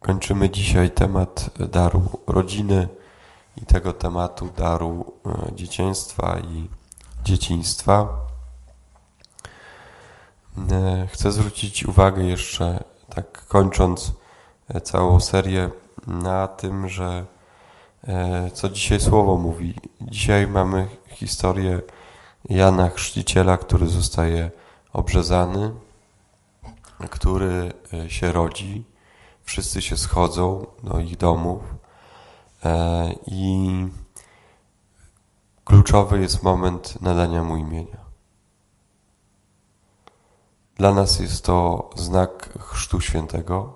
Kończymy dzisiaj temat daru rodziny i tego tematu daru dzieciństwa i dzieciństwa. Chcę zwrócić uwagę jeszcze, tak kończąc całą serię, na tym, że co dzisiaj Słowo mówi. Dzisiaj mamy historię Jana Chrzciciela, który zostaje obrzezany, który się rodzi. Wszyscy się schodzą do ich domów i kluczowy jest moment nadania mu imienia. Dla nas jest to znak Chrztu Świętego,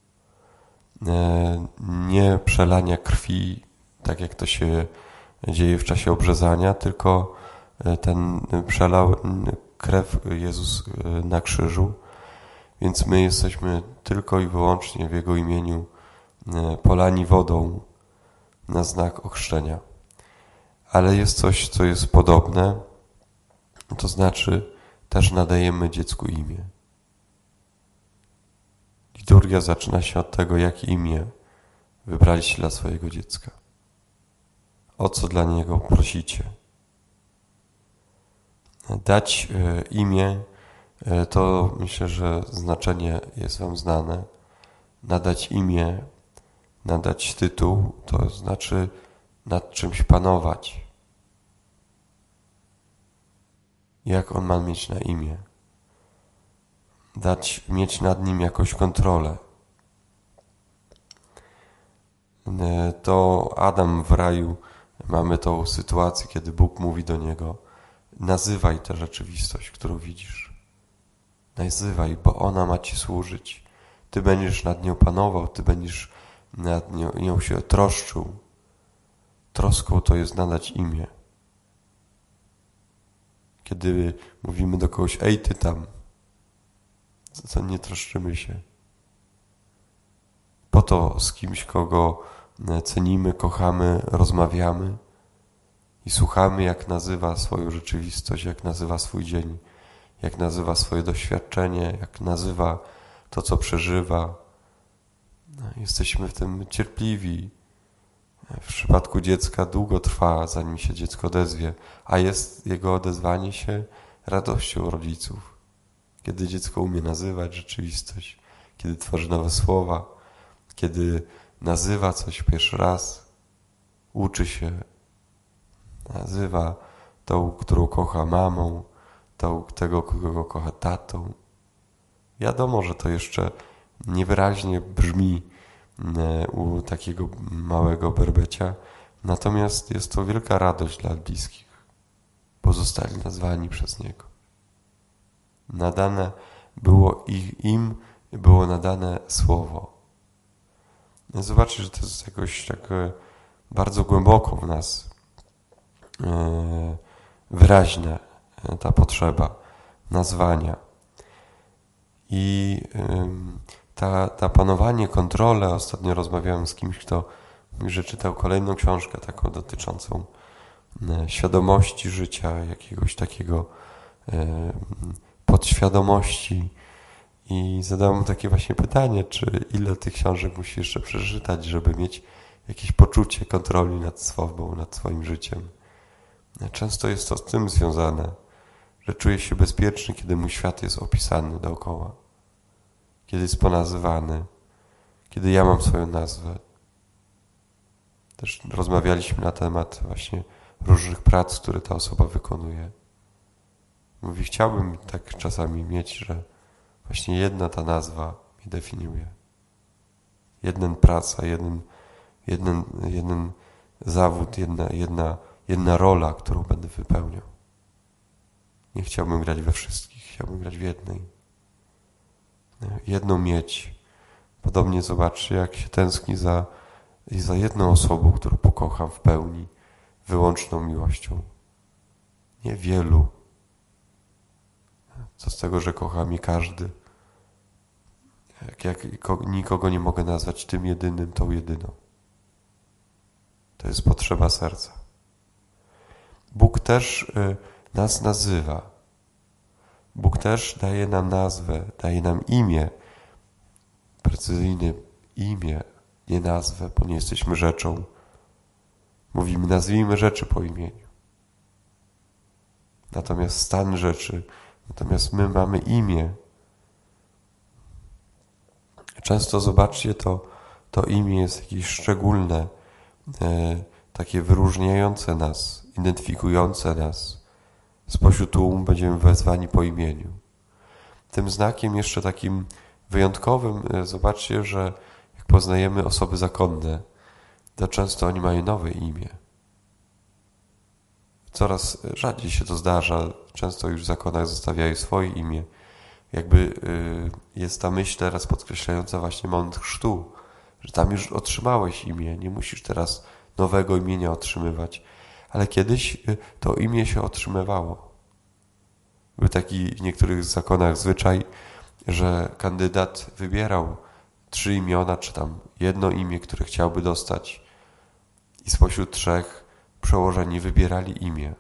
nie przelania krwi, tak jak to się dzieje w czasie obrzezania, tylko ten przelał krew Jezus na krzyżu, więc my jesteśmy tylko i wyłącznie w Jego imieniu polani wodą na znak ochrzczenia. Ale jest coś, co jest podobne, to znaczy też nadajemy dziecku imię. Liturgia zaczyna się od tego, jakie imię wybraliście dla swojego dziecka. O co dla niego prosicie. Dać imię, to myślę, że znaczenie jest wam znane. Nadać imię, nadać tytuł, to znaczy nad czymś panować. Jak on ma mieć na imię? Mieć nad nim jakąś kontrolę. To Adam w raju, mamy tą sytuację, kiedy Bóg mówi do niego: nazywaj tę rzeczywistość, którą widzisz. Nazywaj, bo ona ma ci służyć. Ty będziesz nad nią panował, ty będziesz nad nią się troszczył. Troską to jest nadać imię. Kiedy mówimy do kogoś: ej, ty tam, to nie troszczymy się. Po to z kimś, kogo cenimy, kochamy, rozmawiamy i słuchamy, jak nazywa swoją rzeczywistość, jak nazywa swój dzień, jak nazywa swoje doświadczenie, jak nazywa to, co przeżywa. Jesteśmy w tym cierpliwi. W przypadku dziecka długo trwa, zanim się dziecko odezwie, a jest jego odezwanie się radością rodziców. Kiedy dziecko umie nazywać rzeczywistość, kiedy tworzy nowe słowa, kiedy nazywa coś pierwszy raz, uczy się, nazywa tą, którą kocha mamą, tego, kogo kocha tatą. Wiadomo, że to jeszcze niewyraźnie brzmi u takiego małego berbecia, natomiast jest to wielka radość dla bliskich, bo zostali nazwani przez Niego. Nadane było im było nadane słowo. Zobaczcie, że to jest jakoś tak bardzo głęboko w nas wyraźne ta potrzeba nazwania. I ta panowanie, kontrolę. Ostatnio rozmawiałem z kimś, kto mówi, że czytał kolejną książkę taką dotyczącą świadomości życia, jakiegoś takiego podświadomości. I zadałem mu takie właśnie pytanie, czy ile tych książek musi jeszcze przeczytać, żeby mieć jakieś poczucie kontroli nad sobą, nad swoim życiem. Często jest to z tym związane, że czuję się bezpieczny, kiedy mój świat jest opisany dookoła. Kiedy jest ponazywany, kiedy ja mam swoją nazwę. Też rozmawialiśmy na temat właśnie różnych prac, które ta osoba wykonuje. Mówi, chciałbym tak czasami mieć, że właśnie jedna ta nazwa mnie definiuje. Jedna praca, jeden zawód, jedna rola, którą będę wypełniał. Nie chciałbym grać we wszystkich, chciałbym grać w jednej. Jedną mieć. Podobnie zobaczcie, jak się tęskni za jedną osobą, którą pokocham w pełni, wyłączną miłością. Nie wielu. Co z tego, że kocha mnie każdy? Jak nikogo nie mogę nazwać tym jedynym, tą jedyną. To jest potrzeba serca. Bóg też nas nazywa. Bóg też daje nam nazwę, daje nam imię, precyzyjne imię, nie nazwę, bo nie jesteśmy rzeczą. Mówimy, nazwijmy rzeczy po imieniu. Natomiast stan rzeczy, natomiast my mamy imię. Często zobaczcie, to imię jest jakieś szczególne, takie wyróżniające nas, identyfikujące nas. Spośród tłumu będziemy wezwani po imieniu. Tym znakiem jeszcze takim wyjątkowym, zobaczcie, że jak poznajemy osoby zakonne, to często oni mają nowe imię. Coraz rzadziej się to zdarza, często już w zakonach zostawiają swoje imię. Jakby jest ta myśl teraz podkreślająca właśnie moment chrztu, że tam już otrzymałeś imię, nie musisz teraz nowego imienia otrzymywać. Ale kiedyś to imię się otrzymywało. Był taki w niektórych zakonach zwyczaj, że kandydat wybierał 3 imiona, czy tam jedno imię, które chciałby dostać. I spośród 3 przełożeni wybierali imię.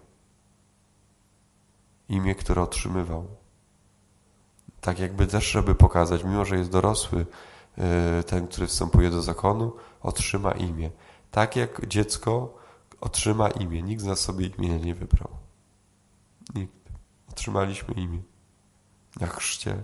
Imię, które otrzymywał. Tak jakby też, żeby pokazać, mimo że jest dorosły, ten, który wstępuje do zakonu, otrzyma imię. Tak jak dziecko otrzyma imię. Nikt z nas sobie imienia nie wybrał. Nikt. Otrzymaliśmy imię. Na chrzcie.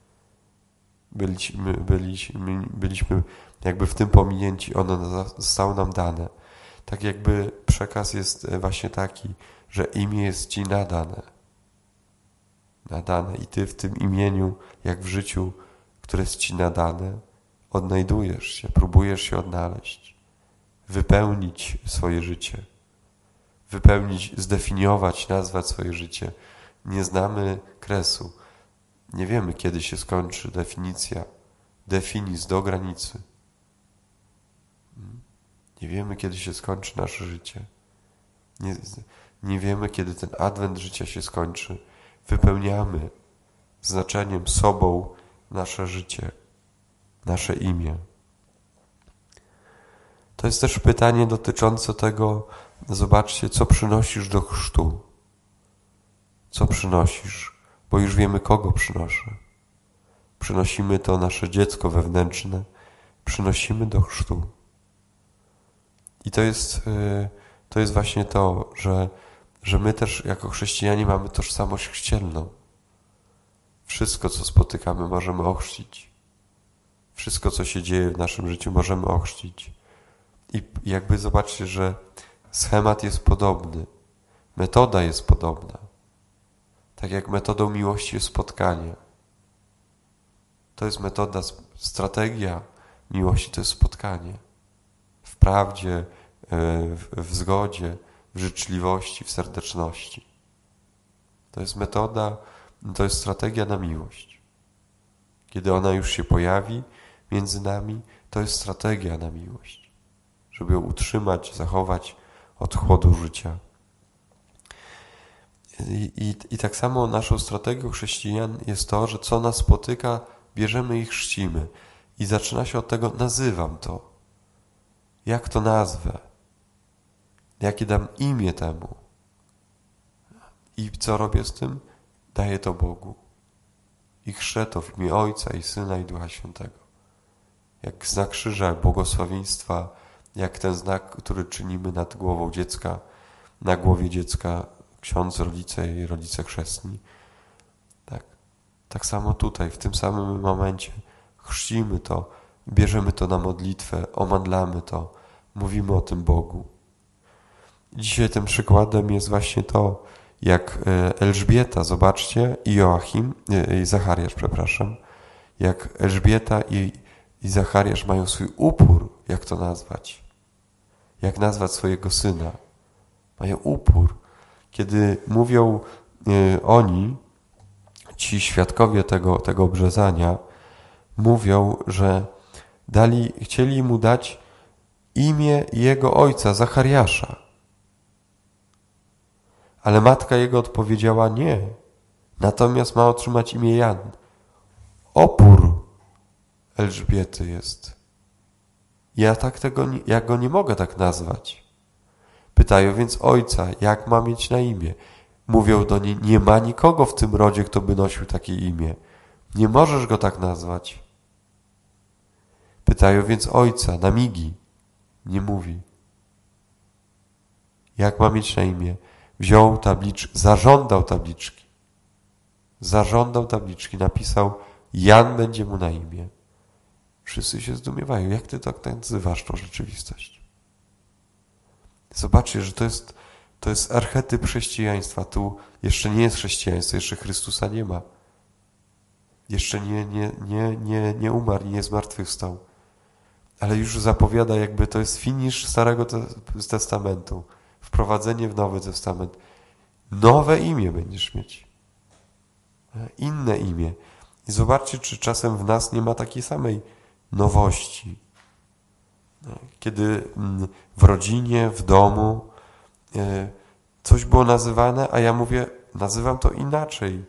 Byliśmy jakby w tym pominięci. Ono zostało nam dane. Tak jakby przekaz jest właśnie taki, że imię jest Ci nadane. Nadane i Ty w tym imieniu, jak w życiu, które jest Ci nadane, odnajdujesz się, próbujesz się odnaleźć, wypełnić swoje życie, wypełnić, zdefiniować, nazwać swoje życie. Nie znamy kresu. Nie wiemy, kiedy się skończy definicja. Definis do granicy. Nie wiemy, kiedy się skończy nasze życie. Nie wiemy, kiedy ten adwent życia się skończy. Wypełniamy znaczeniem, sobą nasze życie, nasze imię. To jest też pytanie dotyczące tego, zobaczcie, co przynosisz do chrztu. Co przynosisz? Bo już wiemy, kogo przynoszę. Przynosimy to nasze dziecko wewnętrzne, przynosimy do chrztu. I to jest właśnie to, że my też jako chrześcijanie mamy tożsamość chrzcielną. Wszystko, co spotykamy, możemy ochrzcić. Wszystko, co się dzieje w naszym życiu, możemy ochrzcić. I jakby zobaczcie, że schemat jest podobny. Metoda jest podobna. Tak jak metodą miłości jest spotkanie. To jest metoda, strategia miłości to jest spotkanie. W prawdzie, w zgodzie, w życzliwości, w serdeczności. To jest metoda, to jest strategia na miłość. Kiedy ona już się pojawi między nami, to jest strategia na miłość. Żeby ją utrzymać, zachować od chłodu życia. I tak samo naszą strategią chrześcijan jest to, że co nas spotyka, bierzemy i chrzcimy. I zaczyna się od tego, nazywam to. Jak to nazwę? Jakie dam imię temu? I co robię z tym? Daję to Bogu. I chrzczę to w imię Ojca i Syna i Ducha Świętego. Jak znak krzyża, jak błogosławieństwa, jak ten znak, który czynimy nad głową dziecka, na głowie dziecka, ksiądz, rodzice i rodzice chrzestni. Tak samo tutaj, w tym samym momencie chrzcimy to, bierzemy to na modlitwę, omadlamy to, mówimy o tym Bogu. Dzisiaj tym przykładem jest właśnie to, jak Elżbieta, zobaczcie, i Joachim, i Zachariasz, przepraszam, jak Elżbieta i Zachariasz mają swój upór, jak to nazwać. Jak nazwać swojego syna. Mają upór. Kiedy mówią oni, ci świadkowie tego obrzezania, mówią, że chcieli mu dać imię jego ojca, Zachariasza. Ale matka jego odpowiedziała nie. Natomiast ma otrzymać imię Jan. Opór Elżbiety jest. Ja go nie mogę tak nazwać. Pytają więc ojca, jak ma mieć na imię. Mówią do niej, nie ma nikogo w tym rodzie, kto by nosił takie imię. Nie możesz go tak nazwać. Pytają więc Ojca na migi. Nie mówi. Jak ma mieć na imię? Wziął tabliczkę, zażądał tabliczki, napisał: Jan będzie mu na imię. Wszyscy się zdumiewają, jak ty tak nazywasz tą rzeczywistość? Zobaczcie, że to jest archetyp chrześcijaństwa. Tu jeszcze nie jest chrześcijaństwo, jeszcze Chrystusa nie ma. Jeszcze nie umarł, nie zmartwychwstał. Ale już zapowiada, jakby to jest finisz Starego Testamentu. Wprowadzenie w Nowy Testament. Nowe imię będziesz mieć. Inne imię. I zobaczcie, czy czasem w nas nie ma takiej samej nowości. Kiedy w rodzinie, w domu coś było nazywane, a ja mówię, nazywam to inaczej.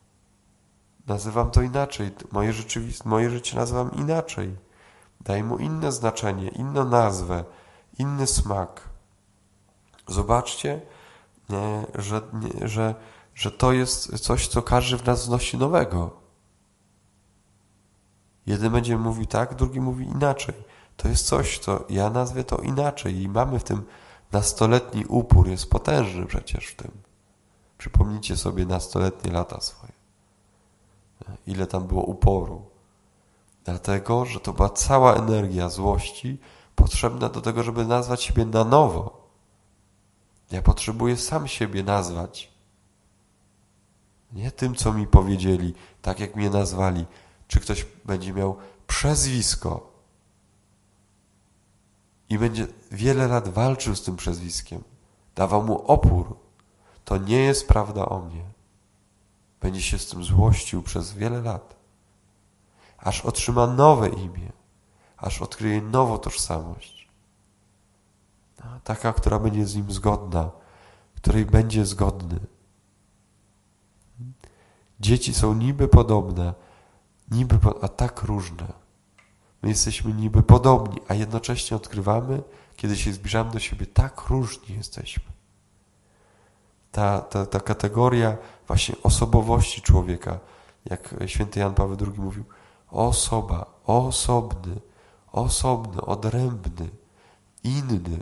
Moje życie nazywam inaczej. Daj mu inne znaczenie, inną nazwę, inny smak. Zobaczcie, że to jest coś, co każdy w nas wnosi nowego. Jeden będzie mówił tak, drugi mówi inaczej. To jest coś, co ja nazwę to inaczej i mamy w tym nastoletni upór, jest potężny przecież w tym. Przypomnijcie sobie nastoletnie lata swoje. Ile tam było uporu. Dlatego, że to była cała energia złości potrzebna do tego, żeby nazwać siebie na nowo. Ja potrzebuję sam siebie nazwać. Nie tym, co mi powiedzieli, tak jak mnie nazwali. Czy ktoś będzie miał przezwisko i będzie wiele lat walczył z tym przezwiskiem. Dawał mu opór. To nie jest prawda o mnie. Będzie się z tym złościł przez wiele lat. Aż otrzyma nowe imię. Aż odkryje nową tożsamość. Taka, która będzie z nim zgodna. Której będzie zgodny. Dzieci są niby podobne, a tak różne. My jesteśmy niby podobni, a jednocześnie odkrywamy, kiedy się zbliżamy do siebie, tak różni jesteśmy. Ta kategoria właśnie osobowości człowieka, jak święty Jan Paweł II mówił, osoba, osobny, odrębny, inny.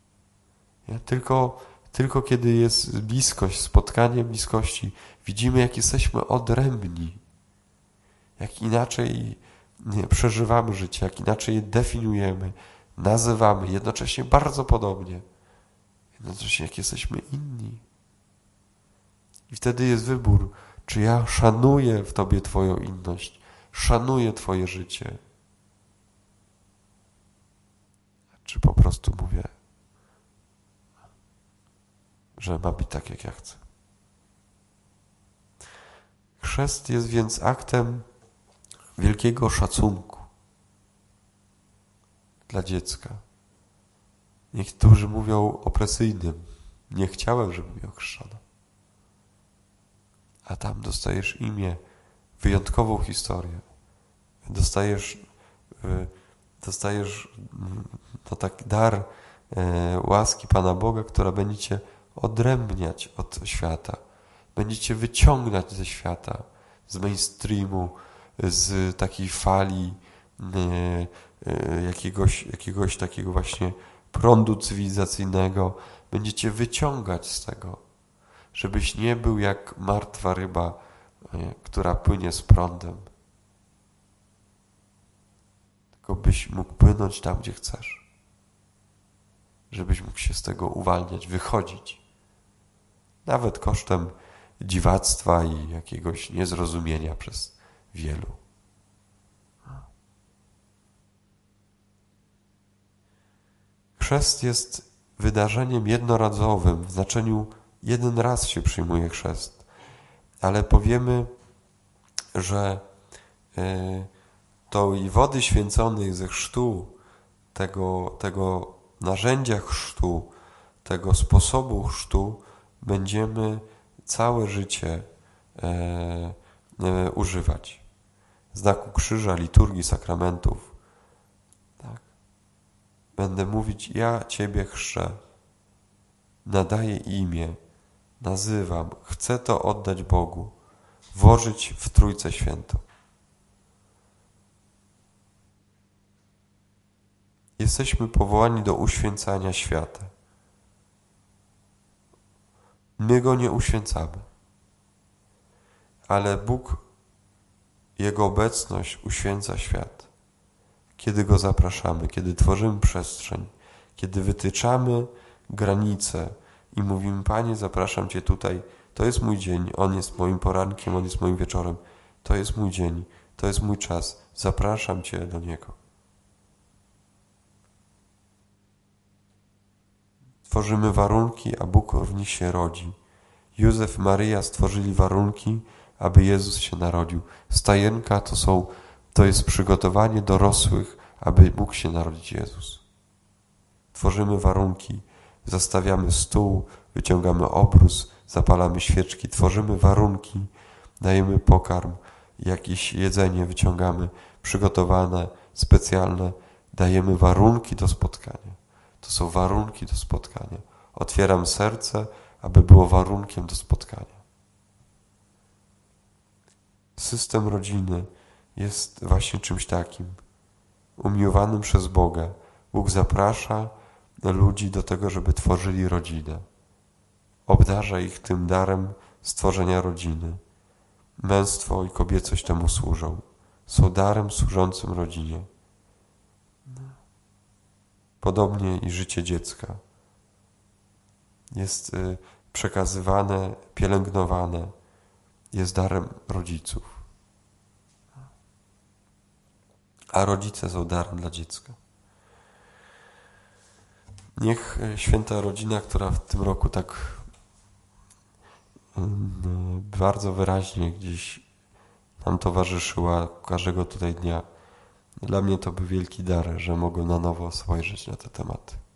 Tylko kiedy jest bliskość, spotkanie bliskości, widzimy, jak jesteśmy odrębni, jak inaczej przeżywamy życie, jak inaczej je definiujemy, nazywamy, jednocześnie bardzo podobnie, jednocześnie jak jesteśmy inni. I wtedy jest wybór, czy ja szanuję w Tobie Twoją inność, szanuję Twoje życie, czy po prostu mówię, że ma być tak, jak ja chcę. Chrzest jest więc aktem wielkiego szacunku dla dziecka. Niektórzy mówią opresyjnym. Nie chciałem, żeby mnie ochrzczono. A tam dostajesz imię, wyjątkową historię. Dostajesz taki dar łaski Pana Boga, która będzie cię odrębniać od świata. Będzie cię wyciągać ze świata, z mainstreamu, z takiej fali jakiegoś takiego właśnie prądu cywilizacyjnego. Będzie cię wyciągać z tego, żebyś nie był jak martwa ryba, która płynie z prądem. Tylko byś mógł płynąć tam, gdzie chcesz. Żebyś mógł się z tego uwalniać, wychodzić. Nawet kosztem dziwactwa i jakiegoś niezrozumienia przez wielu. Chrzest jest wydarzeniem jednorazowym, w znaczeniu jeden raz się przyjmuje chrzest, ale powiemy, że tej wody święconej ze chrztu, tego narzędzia chrztu, tego sposobu chrztu będziemy całe życie używać. Znaku krzyża, liturgii, sakramentów. Tak. Będę mówić, ja Ciebie chrzczę, nadaję imię, nazywam, chcę to oddać Bogu, włożyć w Trójcę Świętą. Jesteśmy powołani do uświęcania świata. My go nie uświęcamy, ale Bóg, Jego obecność uświęca świat. Kiedy Go zapraszamy, kiedy tworzymy przestrzeń, kiedy wytyczamy granice i mówimy: Panie, zapraszam Cię tutaj, to jest mój dzień, on jest moim porankiem, on jest moim wieczorem, to jest mój dzień, to jest mój czas, zapraszam Cię do niego. Tworzymy warunki, a Bóg w nich się rodzi. Józef i Maryja stworzyli warunki, aby Jezus się narodził. Stajenka to jest przygotowanie dorosłych, aby mógł się narodzić Jezus. Tworzymy warunki, zastawiamy stół, wyciągamy obrus, zapalamy świeczki, tworzymy warunki, dajemy pokarm, jakieś jedzenie wyciągamy, przygotowane, specjalne, dajemy warunki do spotkania. To są warunki do spotkania. Otwieram serce, aby było warunkiem do spotkania. System rodziny jest właśnie czymś takim, umiłowanym przez Boga. Bóg zaprasza ludzi do tego, żeby tworzyli rodzinę. Obdarza ich tym darem stworzenia rodziny. Męstwo i kobiecość temu służą. Są darem służącym rodzinie. Podobnie i życie dziecka jest przekazywane, pielęgnowane, jest darem rodziców. A rodzice są darem dla dziecka. Niech święta rodzina, która w tym roku tak bardzo wyraźnie gdzieś nam towarzyszyła każdego tutaj dnia, dla mnie to był wielki dar, że mogę na nowo spojrzeć na te tematy.